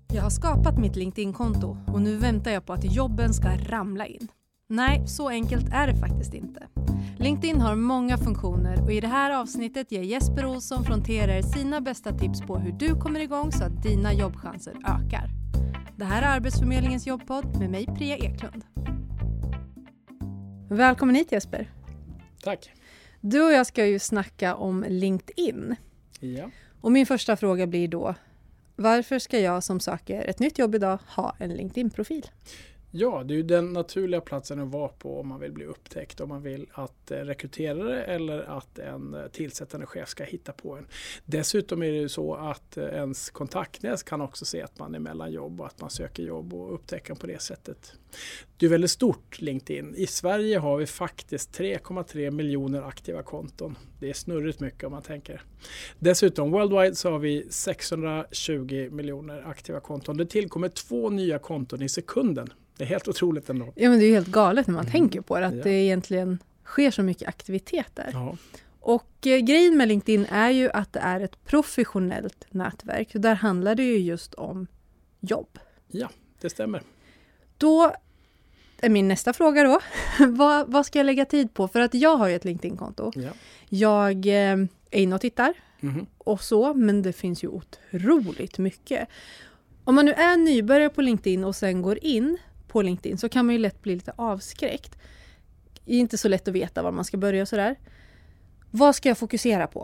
Jag har skapat mitt LinkedIn-konto och nu väntar jag på att jobben ska ramla in. Nej, så enkelt är det faktiskt inte. LinkedIn har många funktioner och i det här avsnittet ger Jesper Olsson från TRR sina bästa tips på hur du kommer igång så att dina jobbchanser ökar. Det här är Arbetsförmedlingens jobbpodd med mig, Priya Eklund. Välkommen hit, Jesper. Tack. Du och jag ska ju snacka om LinkedIn. Ja. Och min första fråga blir då, varför ska jag som söker ett nytt jobb idag ha en LinkedIn-profil? Ja, det är ju den naturliga platsen att vara på om man vill bli upptäckt, om man vill att rekryterare eller att en tillsättande chef ska hitta på en. Dessutom är det ju så att ens kontaktnät kan också se att man är mellan jobb och att man söker jobb och upptäcka på det sättet. Det är väldigt stort, LinkedIn. I Sverige har vi faktiskt 3,3 miljoner aktiva konton. Det är snurrigt mycket om man tänker. Dessutom, worldwide så har vi 620 miljoner aktiva konton. Det tillkommer 2 nya konton i sekunden. Det är helt otroligt ändå. Ja, men det är ju helt galet när man tänker på det. Att det egentligen sker så mycket aktiviteter. Ja. Och grejen med LinkedIn är ju att det är ett professionellt nätverk. Och där handlar det ju just om jobb. Ja, det stämmer. Då är min nästa fråga då. Vad ska jag lägga tid på? För att jag har ju ett LinkedIn-konto. Ja. Jag är inne och tittar. Mhm. Och så, men det finns ju otroligt mycket. Om man nu är nybörjare på LinkedIn och sen går in på LinkedIn så kan man ju lätt bli lite avskräckt. Det är inte så lätt att veta var man ska börja och sådär. Vad ska jag fokusera på?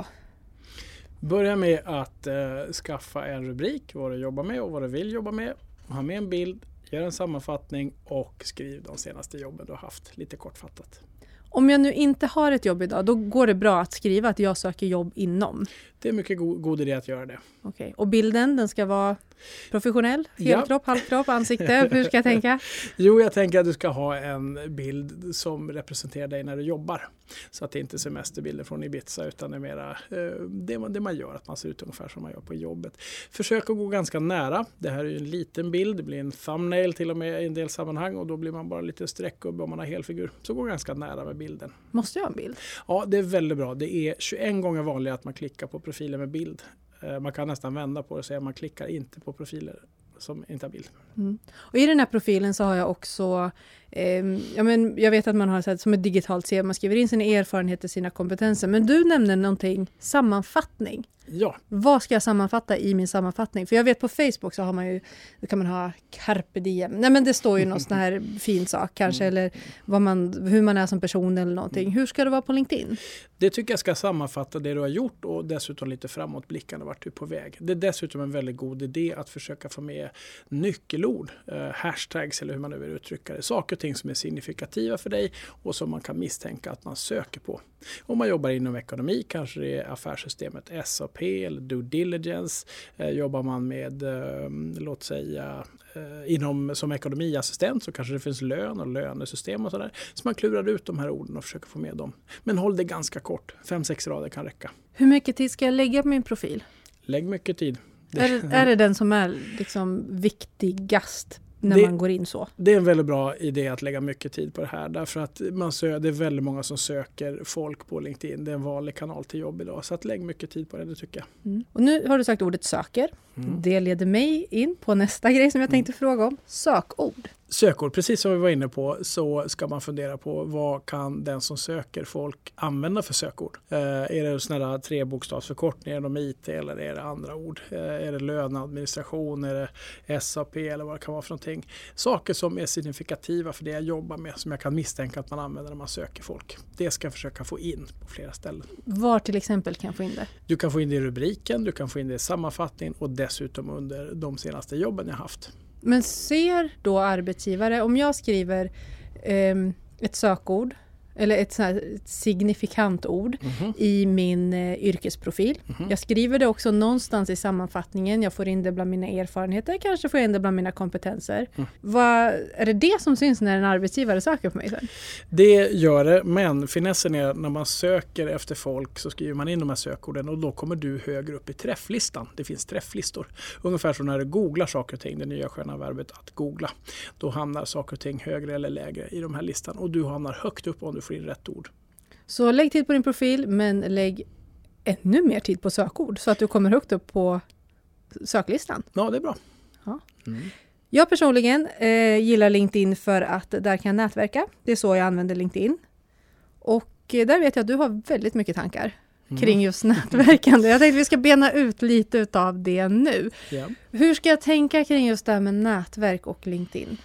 Börja med att skaffa en rubrik, vad du jobbar med och vad du vill jobba med. Ha med en bild, gör en sammanfattning och skriv de senaste jobben du har haft, lite kortfattat. Om jag nu inte har ett jobb idag, då går det bra att skriva att jag söker jobb inom. Det är mycket god idé att göra det. Okej. Och bilden, den ska vara professionell? Helkropp, halvkropp, ansikte? Hur ska jag tänka? Jo, jag tänker att du ska ha en bild som representerar dig när du jobbar. Så att det inte är semesterbilder från Ibiza utan det är mera det man gör, att man ser ut ungefär som man gör på jobbet. Försök att gå ganska nära. Det här är ju en liten bild, det blir en thumbnail till och med i en del sammanhang och då blir man bara lite streckgubbe om man har helfigur. Så gå ganska nära med bilden. Måste jag ha en bild? Ja, det är väldigt bra. Det är 21 gånger vanligare att man klickar på profiler med bild. Man kan nästan vända på det och säga att man klickar inte på profiler som inte har bild. Mm. Och i den här profilen så har jag också, jag vet att man har sett som ett digitalt CV, man skriver in sina erfarenheter, sina kompetenser. Men du nämnde någonting, sammanfattning. Ja. Vad ska jag sammanfatta i min sammanfattning? För jag vet på Facebook så har man ju, då kan man ha carpe diem. Nej, men det står ju någon sån här fin sak kanske, eller hur man är som person eller någonting. Hur ska det vara på LinkedIn? Det tycker jag ska sammanfatta det du har gjort och dessutom lite framåtblickande vart du är på väg. Det är dessutom en väldigt god idé att försöka få med nyckelord, hashtags eller hur man nu vill uttrycka det. Saker och ting som är signifikativa för dig och som man kan misstänka att man söker på. Om man jobbar inom ekonomi kanske det är affärssystemet SAP eller due diligence. Jobbar man med, låt säga, som ekonomiassistent så kanske det finns lön och lönesystem och sådär. Så man klurar ut de här orden och försöker få med dem. Men håll det ganska kort. 5-6 rader kan räcka. Hur mycket tid ska jag lägga på min profil? Lägg mycket tid. Är det den som är liksom viktigast när man går in så? Det är en väldigt bra idé att lägga mycket tid på det här. Därför att det är väldigt många som söker folk på LinkedIn. Det är en vanlig kanal till jobb idag. Så att lägg mycket tid på det tycker jag. Mm. Och nu har du sagt ordet söker. Det leder mig in på nästa grej som jag tänkte fråga om. Sökord. Sökord, precis som vi var inne på så ska man fundera på vad kan den som söker folk använda för sökord. Är det sådana där 3-bokstavsförkortningar om IT eller är det andra ord? Är det löneadministration, är det SAP eller vad det kan vara för någonting? Saker som är signifikativa för det jag jobbar med som jag kan misstänka att man använder när man söker folk. Det ska jag försöka få in på flera ställen. Var till exempel kan jag få in det? Du kan få in det i rubriken, du kan få in det i sammanfattningen och dessutom under de senaste jobben jag haft. Men ser då arbetsgivare, om jag skriver ett sökord eller ett signifikant ord i min yrkesprofil. Jag skriver det också någonstans i sammanfattningen. Jag får in det bland mina erfarenheter. Kanske får jag in det bland mina kompetenser. Är det som syns när en arbetsgivare söker på mig sen? Det gör det, men finessen är när man söker efter folk så skriver man in de här sökorden och då kommer du högre upp i träfflistan. Det finns träfflistor. Ungefär som när du googlar saker och ting, det nya sköna verbet att googla. Då hamnar saker och ting högre eller lägre i de här listan och du hamnar högt upp om du får in rätt ord. Så lägg tid på din profil, men lägg ännu mer tid på sökord så att du kommer högt upp på söklistan. Ja, det är bra. Ja. Jag personligen gillar LinkedIn för att där kan jag nätverka. Det är så jag använder LinkedIn. Och där vet jag att du har väldigt mycket tankar kring just nätverkande. Jag tänkte att vi ska bena ut lite av det nu. Ja. Hur ska jag tänka kring just det här med nätverk och LinkedIn?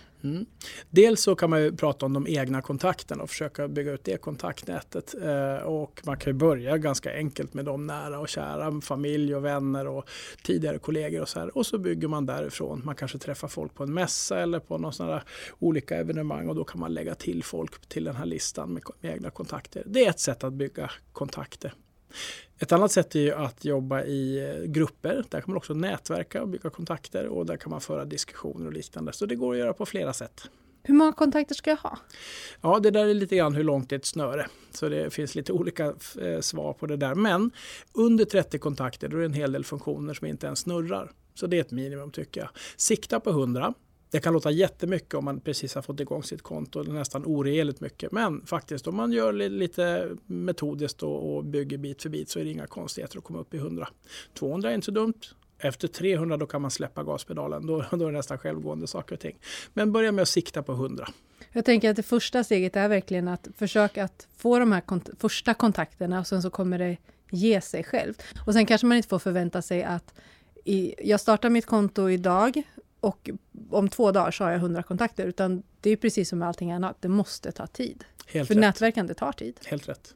Dels så kan man ju prata om de egna kontakterna och försöka bygga ut det kontaktnätet. Och man kan ju börja ganska enkelt med de nära och kära, familj och vänner och tidigare kollegor och så här. Och så bygger man därifrån. Man kanske träffar folk på en mässa eller på någon sån här olika evenemang och då kan man lägga till folk till den här listan med egna kontakter. Det är ett sätt att bygga kontakter. Ett annat sätt är ju att jobba i grupper. Där kan man också nätverka och bygga kontakter och där kan man föra diskussioner och liknande. Så det går att göra på flera sätt. Hur många kontakter ska jag ha? Ja, det där är lite grann hur långt det är ett snöre. Så det finns lite olika svar på det där. Men under 30 kontakter då är det en hel del funktioner som inte ens snurrar. Så det är ett minimum tycker jag. Sikta på 100. Det kan låta jättemycket om man precis har fått igång sitt konto, nästan oregerligt mycket. Men faktiskt om man gör lite metodiskt och bygger bit för bit så är det inga konstigheter att komma upp i 100. 200 är inte så dumt. Efter 300 då kan man släppa gaspedalen. Då är det nästan självgående saker och ting. Men börja med att sikta på 100. Jag tänker att det första steget är verkligen att försöka att få de här första kontakterna och sen så kommer det ge sig själv. Och sen kanske man inte får förvänta sig att jag startar mitt konto idag och om 2 dagar så har jag 100 kontakter. Utan det är precis som med allting annat. Det måste ta tid. Helt för rätt. Nätverkande tar tid. Helt rätt.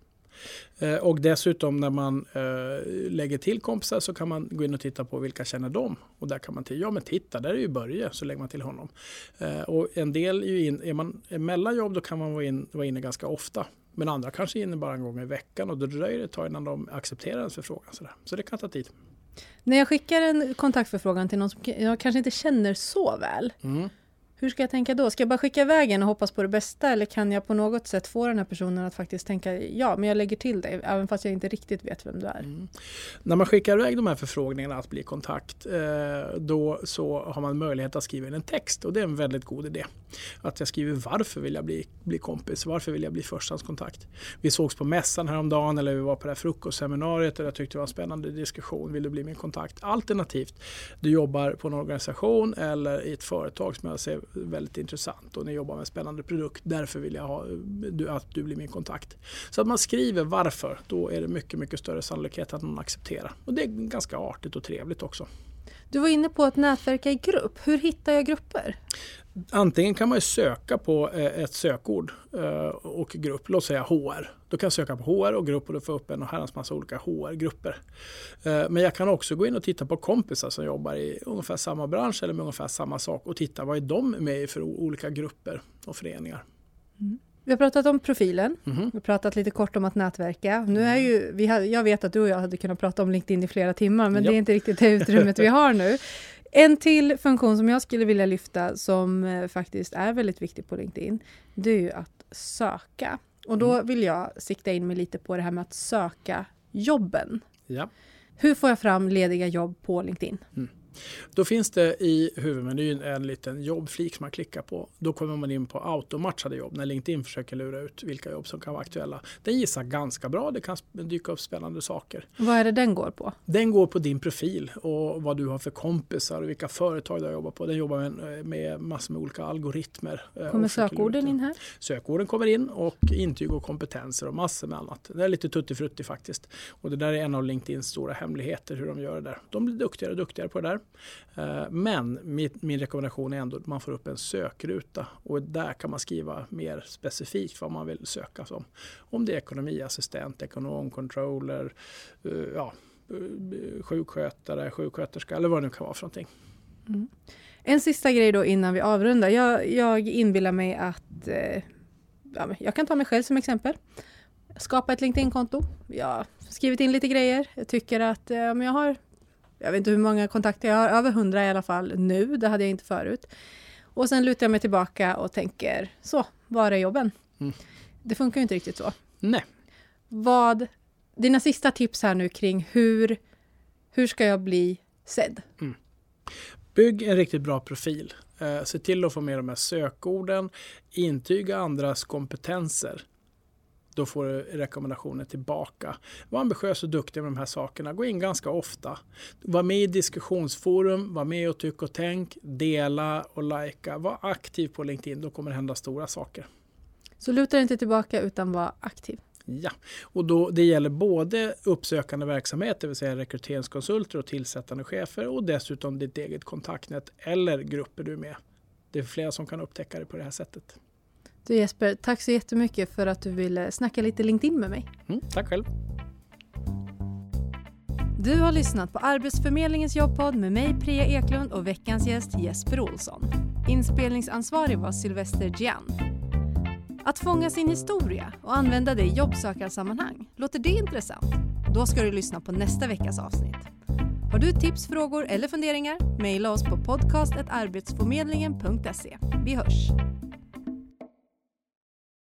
Och dessutom när man lägger till kompisar så kan man gå in och titta på vilka känner dem. Och där kan man till, ja men titta, där är ju Börje, så lägger man till honom. Och en del är ju är man mellan jobb då kan man vara inne ganska ofta. Men andra kanske är inne bara en gång i veckan och då dröjer det ett tag innan de accepterar ens förfrågan. Så det kan ta tid. När jag skickar en kontaktförfrågan till någon som jag kanske inte känner så väl. Hur ska jag tänka då? Ska jag bara skicka iväg och hoppas på det bästa? Eller kan jag på något sätt få den här personen att faktiskt tänka ja, men jag lägger till dig. Även fast jag inte riktigt vet vem du är. När man skickar iväg de här förfrågningarna att bli kontakt då så har man möjlighet att skriva in en text. Och det är en väldigt god idé. Att jag skriver varför vill jag bli kompis? Varför vill jag bli förstahandskontakt? Vi sågs på mässan häromdagen eller vi var på det här frukostseminariet och jag tyckte det var en spännande diskussion. Vill du bli min kontakt? Alternativt, du jobbar på en organisation eller i ett företag som jag ser väldigt intressant och ni jobbar med en spännande produkt. Därför vill jag att du blir min kontakt. Så att man skriver varför, då är det mycket, mycket större sannolikhet att man accepterar. Och det är ganska artigt och trevligt också. Du var inne på att nätverka i grupp. Hur hittar jag grupper? Antingen kan man ju söka på ett sökord och grupp, låt säga HR. Då kan jag söka på HR och grupp och då får jag upp en herrans massa olika HR-grupper. Men jag kan också gå in och titta på kompisar som jobbar i ungefär samma bransch eller med ungefär samma sak och titta vad är de med i för olika grupper och föreningar. Vi har pratat om profilen. Vi har pratat lite kort om att nätverka. Nu är ju, jag vet att du och jag hade kunnat prata om LinkedIn i flera timmar, men det är inte riktigt det utrymmet vi har nu. En till funktion som jag skulle vilja lyfta som faktiskt är väldigt viktig på LinkedIn, det är ju att söka. Och då vill jag sikta in mig lite på det här med att söka jobben. Ja. Hur får jag fram lediga jobb på LinkedIn? Då finns det i huvudmenyn en liten jobbflik som man klickar på. Då kommer man in på automatchade jobb när LinkedIn försöker lura ut vilka jobb som kan vara aktuella. Den gissar ganska bra, det kan dyka upp spännande saker. Vad är det den går på? Den går på din profil och vad du har för kompisar och vilka företag du jobbar på. Den jobbar med massor med olika algoritmer. Kommer sökorden in här? Sökorden kommer in och intyg och kompetenser och massor med annat. Det är lite tuttifrutti faktiskt. Och det där är en av LinkedIns stora hemligheter hur de gör det där. De blir duktigare och duktigare på det där. Men min rekommendation är ändå att man får upp en sökruta och där kan man skriva mer specifikt vad man vill söka som. Om det är ekonomiassistent, ekonom, controller, sjukskötare, sjuksköterska eller vad det nu kan vara för någonting. En sista grej då innan vi avrundar. Jag inbillar mig att jag kan ta mig själv som exempel. Skapa ett LinkedIn-konto. Jag har skrivit in lite grejer. Jag tycker att jag vet inte hur många kontakter jag har, över 100 i alla fall nu, det hade jag inte förut. Och sen lutar jag mig tillbaka och tänker, var är jobben? Det funkar ju inte riktigt så. Nej. Dina sista tips här nu kring hur ska jag bli sedd? Bygg en riktigt bra profil. Se till att få med de här sökorden, intyga andras kompetenser. då får du rekommendationer tillbaka. Var ambitiös och duktig med de här sakerna. Gå in ganska ofta. Var med i diskussionsforum, var med och tyck och tänk, dela och likea. Var aktiv på LinkedIn, då kommer det hända stora saker. Så luta inte tillbaka utan var aktiv. Ja, och det gäller både uppsökande verksamhet, det vill säga rekryteringskonsulter och tillsättande chefer, och dessutom ditt eget kontaktnät eller grupper du är med. Det är flera som kan upptäcka det på det här sättet. Du Jesper, tack så jättemycket för att du ville snacka lite LinkedIn med mig. Tack själv. Du har lyssnat på Arbetsförmedlingens jobbpodd med mig Priya Eklund och veckans gäst Jesper Olsson. Inspelningsansvarig var Sylvester Gian. Att fånga sin historia och använda det i jobbsökarsammanhang, låter det intressant? Då ska du lyssna på nästa veckas avsnitt. Har du tips, frågor eller funderingar? Maila oss på podcast@arbetsförmedlingen.se. Vi hörs!